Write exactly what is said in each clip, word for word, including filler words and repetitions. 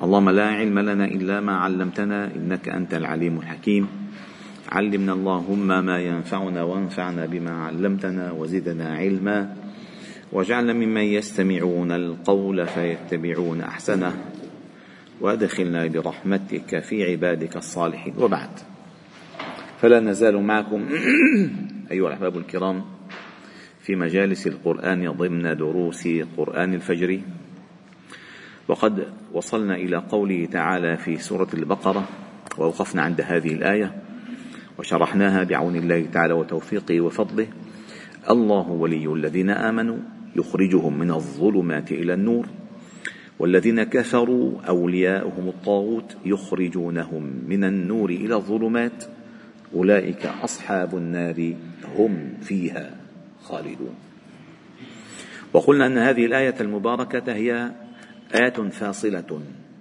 اللهم لا علم لنا إلا ما علمتنا إنك أنت العليم الحكيم. علمنا اللهم ما ينفعنا وانفعنا بما علمتنا وزدنا علما، واجعلنا ممن يستمعون القول فيتبعون أحسنه، وأدخلنا برحمتك في عبادك الصالحين. وبعد، فلا نزال معكم أيها الأحباب الكرام في مجالس القرآن ضمن دروس قرآن الفجر، وقد وصلنا إلى قوله تعالى في سورة البقرة، ووقفنا عند هذه الآية وشرحناها بعون الله تعالى وتوفيقه وفضله. الله ولي الذين آمنوا يخرجهم من الظلمات إلى النور، والذين كفروا أولياؤهم الطاغوت يخرجونهم من النور إلى الظلمات، أولئك أصحاب النار هم فيها خالدون. وقلنا أن هذه الآية المباركة هي آية فاصلة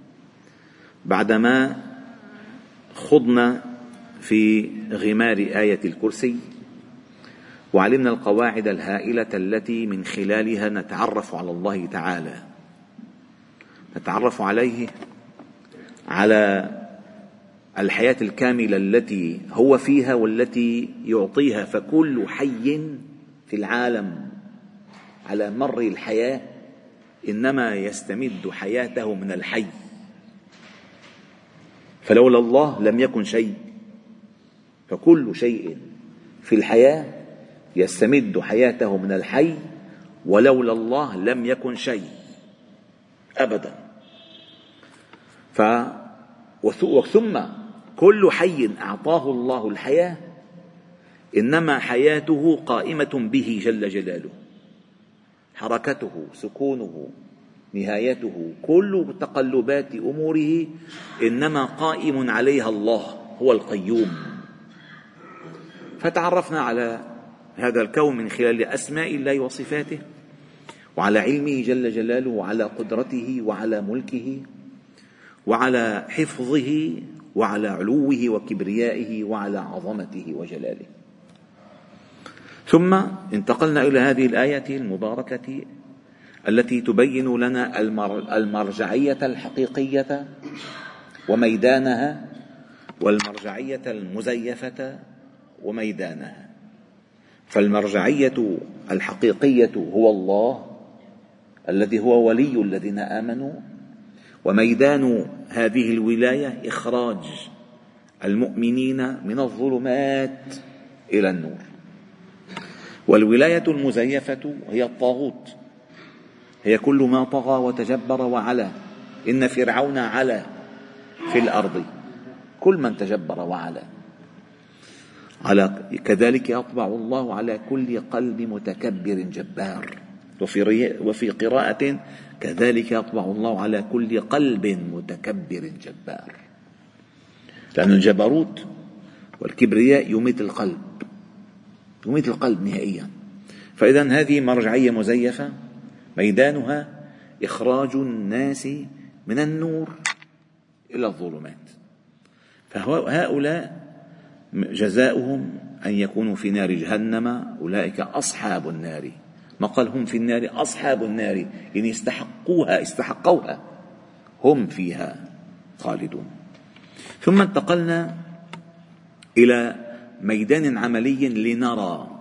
بعدما خضنا في غمار آية الكرسي، وعلمنا القواعد الهائلة التي من خلالها نتعرف على الله تعالى، نتعرف عليه على الحياة الكاملة التي هو فيها والتي يعطيها. فكل حي في العالم على مر الحياة إنما يستمد حياته من الحي، فلولا الله لم يكن شيء. فكل شيء في الحياة يستمد حياته من الحي، ولولا الله لم يكن شيء أبدا. ف وثم كل حي أعطاه الله الحياة إنما حياته قائمة به جل جلاله، حركته، سكونه، نهايته، كل تقلبات أموره إنما قائم عليها الله، هو القيوم. فتعرفنا على هذا الكون من خلال أسماء الله وصفاته، وعلى علمه جل جلاله، وعلى قدرته، وعلى ملكه، وعلى حفظه، وعلى علوه وكبريائه، وعلى عظمته وجلاله. ثم انتقلنا إلى هذه الآية المباركة التي تبين لنا المرجعية الحقيقية وميدانها، والمرجعية المزيفة وميدانها. فالمرجعية الحقيقية هو الله الذي هو ولي الذين آمنوا، وميدان هذه الولاية إخراج المؤمنين من الظلمات إلى النور. والولاية المزيفة هي الطاغوت، هي كل ما طغى وتجبر وعلا. إن فرعون علا في الأرض، كل من تجبر وعلا. على كذلك يطبع الله على كل قلب متكبر جبار. وفي وفي قراءة كذلك يطبع الله على كل قلب متكبر جبار، لأن الجبروت والكبرياء يميت القلب، يميت القلب نهائيا. فإذا هذه مرجعية مزيفة ميدانها إخراج الناس من النور إلى الظلمات. فهؤلاء جزاؤهم أن يكونوا في نار جهنم، أولئك أصحاب النار. ما قال هم في النار، أصحاب النار، يعني استحقوها استحقوها، هم فيها خالدون. ثم انتقلنا إلى ميدان عملي لنرى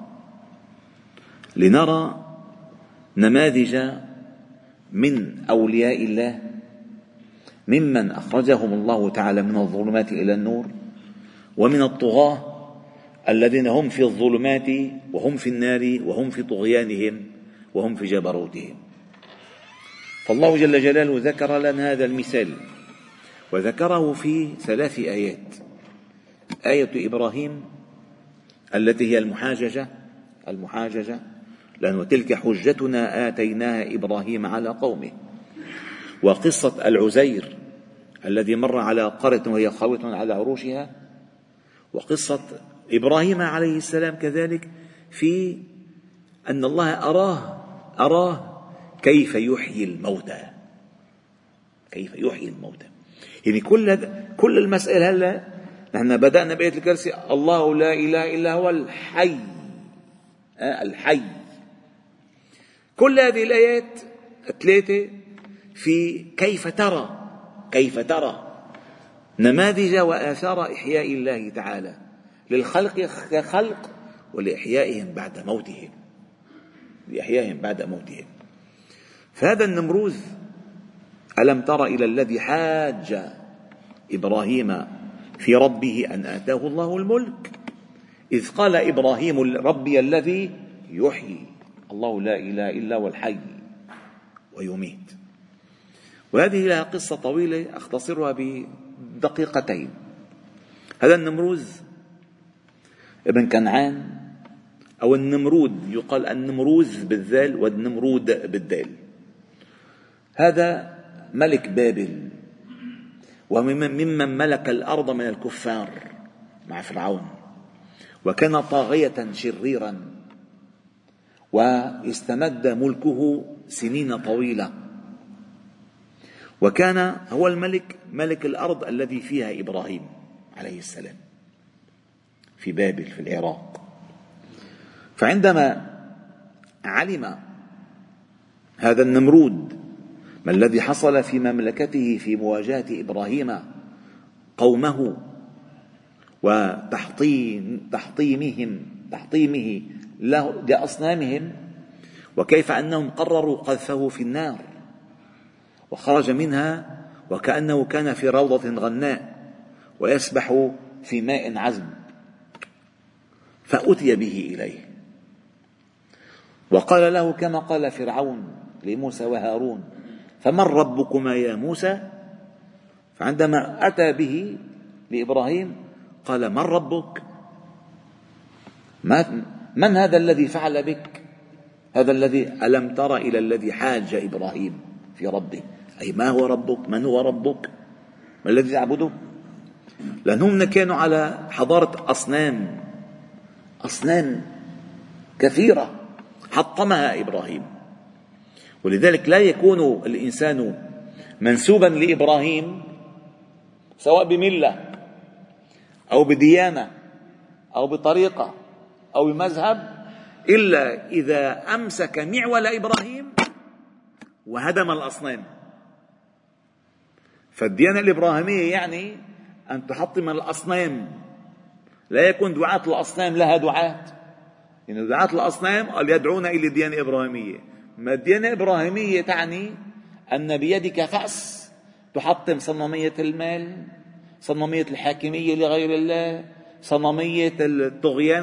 لنرى نماذج من أولياء الله ممن أخرجهم الله تعالى من الظلمات إلى النور، ومن الطغاة الذين هم في الظلمات وهم في النار وهم في طغيانهم وهم في جبروتهم. فالله جل جلاله ذكر لنا هذا المثال، وذكره في ثلاث آيات. آية إبراهيم التي هي المحاججة المحاججة لأن تلك حجتنا آتيناها إبراهيم على قومه. وقصة العزير الذي مر على قرية وهي خاوية على عروشها. وقصة إبراهيم عليه السلام كذلك في أن الله أراه أراه كيف يحيي الموتى، كيف يحيي الموتى. يعني كل كل المسألة هلا نحن بدأنا بآية الكرسي، الله لا إله إلا هو الحي الحي. كل هذه الآيات الثلاثة في كيف ترى كيف ترى نماذج وآثار إحياء الله تعالى للخلق كخلق ولإحيائهم بعد موتهم لإحيائهم بعد موتهم. فهذا النمروذ، ألم تر إلى الذي حاج إبراهيم في ربه أن آتاه الله الملك إذ قال إبراهيم ربي الذي يحيي. الله لا إله إلا هو الحي ويميت. وهذه لها قصة طويلة أختصرها بدقيقتين. هذا النمروذ ابن كنعان أو النمرود، يقال النمروذ بالذال والنمرود بالدال، هذا ملك بابل وممن ملك الأرض من الكفار مع فرعون، وكان طاغية شريرا واستمد ملكه سنين طويلة، وكان هو الملك ملك الأرض الذي فيها إبراهيم عليه السلام في بابل في العراق. فعندما علم هذا النمرود ما الذي حصل في مملكته في مواجهة إبراهيم قومه وتحطيم تحطيمهم تحطيمه لأصنامهم، وكيف أنهم قرروا قذفه في النار وخرج منها وكأنه كان في روضة غناء ويسبح في ماء عذب، فأتي به إليه وقال له كما قال فرعون لموسى وهارون فمن ربكما يا موسى؟ فعندما أتى به لإبراهيم قال من ربك؟ من هذا الذي فعل بك؟ هذا الذي ألم تر إلى الذي حاج إبراهيم في ربه، أي ما هو ربك؟ من هو ربك؟ ما الذي تعبده؟ لأنهم كانوا على حضارة أصنام أصنام كثيرة حطمها إبراهيم. ولذلك لا يكون الإنسان منسوبا لإبراهيم سواء بملة أو بديانة أو بطريقة أو بمذهب إلا إذا أمسك معول إبراهيم وهدم الأصنام. فالديانة الإبراهيمية يعني أن تحطم الأصنام، لا يكون دعاة الأصنام لها دعاة، يعني دعاة الأصنام قال يدعون إلى الديانة الإبراهيمية. ما الديانة الإبراهيمية تعني أن بيدك فأس تحطم صنمية المال، صنمية الحاكمية لغير الله، صنمية الطغيان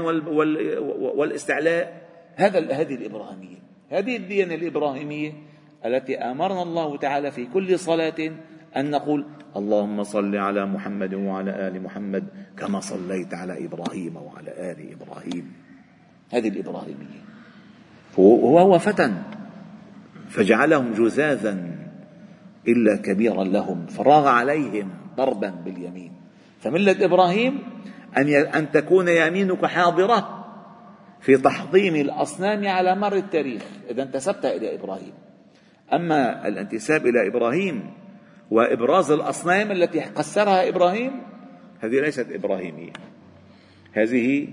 والاستعلاء. هذا هذه الإبراهيمية، هذه الديانة الإبراهيمية التي أمرنا الله تعالى في كل صلاة أن نقول اللهم صل على محمد وعلى آل محمد كما صليت على إبراهيم وعلى آل إبراهيم. هذه الإبراهيمية. وهو فتى فجعلهم جذاذا إلا كبيرا لهم فراغ عليهم ضربا باليمين. فملة إبراهيم أن أن تكون يمينك حاضرة في تحطيم الأصنام على مر التاريخ إذا انتسبت إلى إبراهيم. أما الانتساب إلى إبراهيم وإبراز الأصنام التي قسرها إبراهيم هذه ليست إبراهيمية، هذه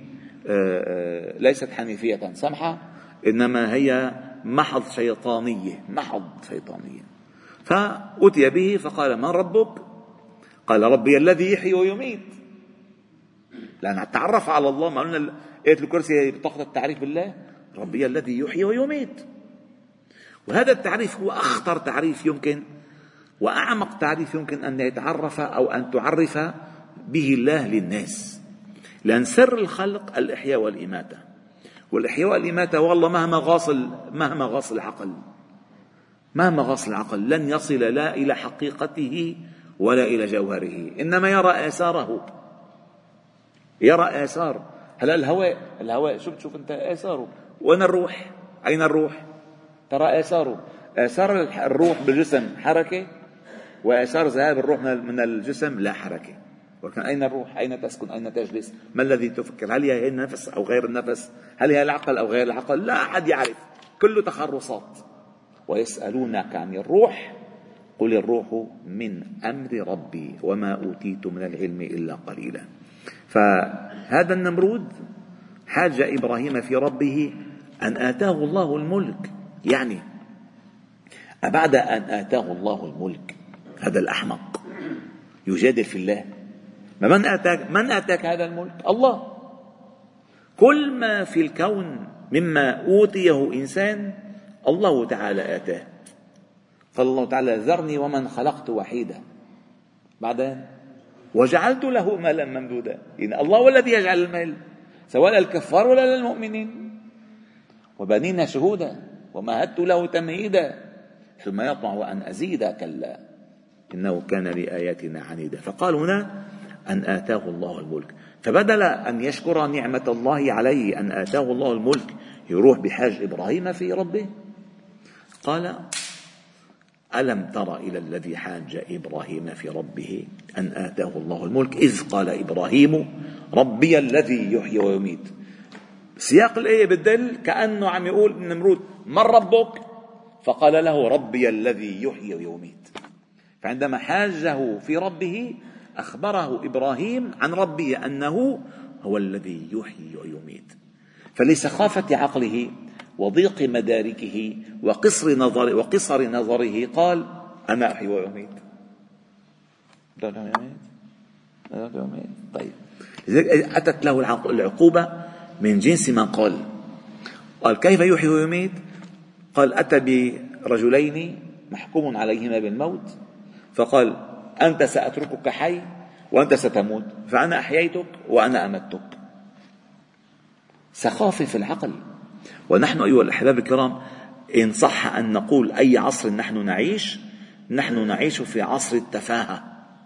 ليست حنيفية سمحة، إنما هي محض شيطانية محض شيطانية. فأتي به فقال من ربك؟ قال ربي الذي يحيي ويميت. لأن تعرف على الله، ما قلنا آية الكرسي بطاقة التعريف بالله، ربي الذي يحيي ويميت. وهذا التعريف هو أخطر تعريف يمكن وأعمق تعريف يمكن أن يتعرف أو أن تعرف به الله للناس، لأن سر الخلق الإحياء والإماتة. والإحياء والإماتة والله مهما غاصل مهما غاص العقل مهما غاص العقل لن يصل لا إلى حقيقته ولا إلى جوهره، إنما يرى آثاره، يرى آثار. هلا الهواء الهواء شو بتشوف أنت؟ آثاره. وين الروح؟ أين الروح؟ ترى آثاره. آثار الروح بالجسم حركة، وآثار ذهاب الروح من الجسم لا حركة. ولكن أين الروح؟ أين تسكن؟ أين تجلس؟ ما الذي تفكر؟ هل هي النفس أو غير النفس؟ هل هي العقل أو غير العقل؟ لا أحد يعرف، كله تخرصات. ويسألونك عن الروح قل الروح من أمر ربي وما أوتيت من العلم إلا قليلا. فهذا النمرود حاج إبراهيم في ربه أن آتاه الله الملك، يعني أبعد أن آتاه الله الملك هذا الأحمق يجادل في الله. من آتاك من آتاك هذا الملك؟ الله. كل ما في الكون مما أوتيه إنسان الله تعالى آتاه. قال الله تعالى: ذرني ومن خلقت وحيدا. بعدين: وجعلت له مالا ممدودا. يعني الله هو الذي يجعل المال، سواء للكفار ولا للمؤمنين. وبنينا شهودا ومهدت له تمهيدا ثم يطمع أن أزيد، كلا إنه كان لآياتنا عنيدا. فقال هنا أن آتاه الله الملك، فبدل أن يشكر نعمة الله عليه أن آتاه الله الملك يروح بحاج إبراهيم في ربه، قال: ألم تر إلى الذي حاج إبراهيم في ربه أن آتاه الله الملك إذ قال إبراهيم ربي الذي يحيي ويميت. سياق الآية بدل كأنه عم يقول النمرود: من ربك؟ فقال له: ربي الذي يحيي ويميت. فعندما حاجه في ربه أخبره إبراهيم عن ربه أنه هو الذي يحيي ويميت. فلسخافة عقله وضيق مداركه وقصر نظر وقصر نظره قال: أنا أحيي وأميت. طيب، لذلك أتت له العقوبة من جنس ما قال. قال: كيف يحيي ويميت؟ قال: أتى برجلين محكوم عليهما بالموت، فقال: أنت سأتركك حي وأنت ستموت، فأنا أحييتك وأنا أمتك. سخافة في العقل. ونحن أيها الأحباب الكرام، إن صح أن نقول أي عصر نحن نعيش، نحن نعيش في عصر التفاهة.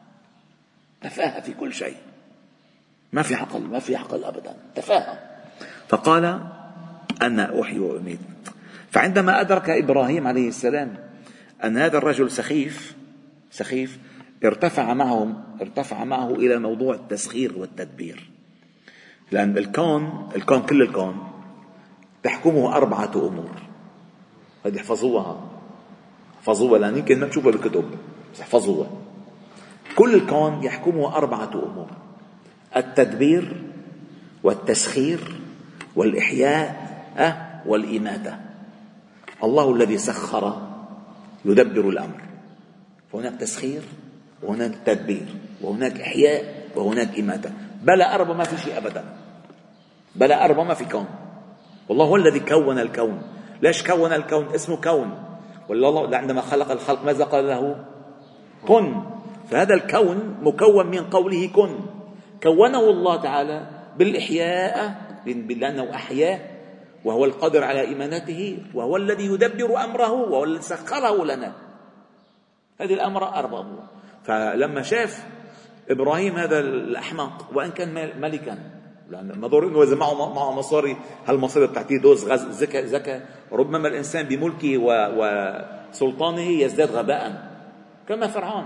تفاهة في كل شيء، ما في عقل، ما في عقل أبدا، تفاهة. فقال: أنا أحيي وأميت. فعندما أدرك إبراهيم عليه السلام أن هذا الرجل سخيف سخيف ارتفع معهم ارتفع معه إلى موضوع التسخير والتدبير. لأن الكون الكون كل الكون تحكمه أربعة أمور. هذه احفظوها احفظوها لأن يمكن ما تشوفها بالكتب، بس احفظوها. كل الكون يحكمه أربعة أمور: التدبير والتسخير والإحياء والإماتة. الله الذي سخر يدبر الأمر، فهناك تسخير وهناك تدبير وهناك إحياء وهناك إماتة. بلا أربعة ما في شيء أبدا، بلا أربعة ما في كون. والله هو الذي كون الكون. ليش كون الكون؟ اسمه كون. والله عندما خلق الخلق ماذا قال له؟ كن. فهذا الكون مكون من قوله كن. كونه الله تعالى بالإحياء لأنه أحياه وهو القادر على إمانته وهو الذي يدبر أمره وهو الذي سخره لنا. هذه الأمر أربع أمور. فلما شاف إبراهيم هذا الأحمق وإن كان ملكا، لأن ما ضر إنه إذا معه معه مصاري، هالمصاري بتعطيه دوز زكاة زكاة. ربما الإنسان بملكه وسلطانه يزداد غباء كما فرعون.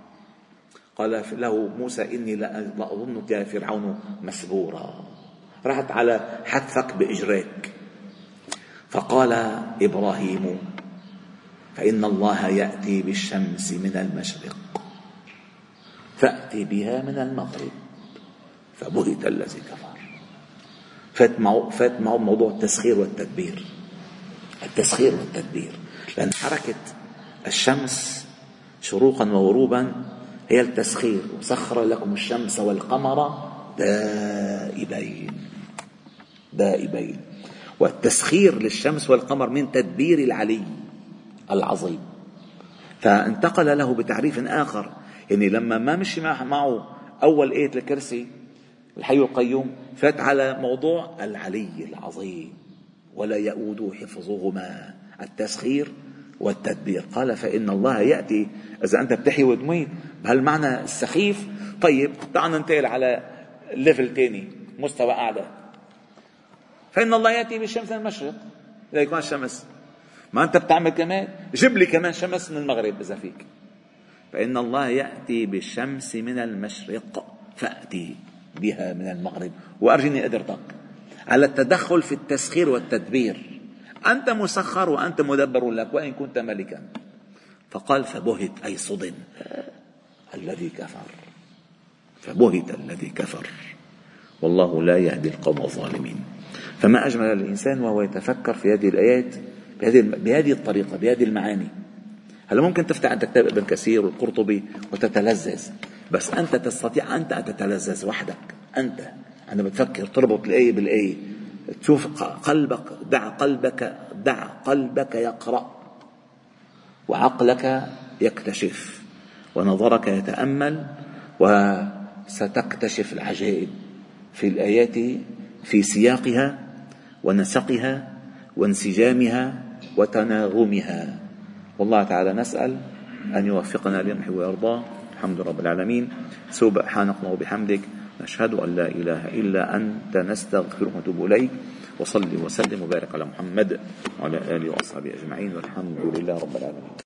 قال له موسى: إني لأظنك يا فرعون مسبورا. رحت على حتفك بإجريك. فقال إبراهيم: فإن الله يأتي بالشمس من المشرق فأتي بها من المغرب فبهت الذي كفر. فات معه, فات معه موضوع التسخير والتدبير. التسخير والتدبير لأن حركة الشمس شروقا وغروبا هي التسخير. وسخر لكم الشمس والقمر دائبين دائبين. والتسخير للشمس والقمر من تدبير العلي العظيم. فانتقل له بتعريف آخر. يعني لما ما مشي معه أول آية الكرسي الحي القيوم، فات على موضوع العلي العظيم ولا يؤود حفظهما، التسخير والتدبير. قال: فإن الله يأتي. إذا أنت بتحيي وتميت بهالمعنى السخيف، طيب تعال ننتقل على ليفل تاني، مستوى أعلى. فإن الله يأتي بالشمس من المشرق. إذا يكون الشمس ما أنت بتعمل كمان، جيب لي كمان شمس من المغرب إذا فيك. فإن الله يأتي بالشمس من المشرق فأتي بها من المغرب وأرجني قدرتك على التدخل في التسخير والتدبير. أنت مسخر وأنت مدبر لك وإن كنت ملكا. فقال: فبهت أي صدم الذي كفر. فبهت الذي كفر والله لا يهدي القوم الظالمين. فما أجمل الإنسان وهو يتفكر في هذه الآيات بهذه بهذه الطريقة، بهذه المعاني. هلا ممكن تفتح عند كتاب ابن كثير والقرطبي وتتلذذ، بس أنت تستطيع أنت أن تتلذذ وحدك. أنت عندما بتفكر تربط الآية بالآية، تشوف قلبك، دع قلبك دع قلبك يقرأ، وعقلك يكتشف، ونظرك يتأمل، وستكتشف العجائب في الآيات في سياقها ونسقها وانسجامها وتناغمها. والله تعالى نسأل أن يوفقنا لما يحب ويرضاه. الحمد لله رب العالمين. سبحانك اللهم وبحمدك، نشهد أن لا إله إلا أنت، نستغفرك ونتوب إليك. وصلي وسلم وبارك على محمد وعلى آله وأصحابه أجمعين، والحمد لله رب العالمين.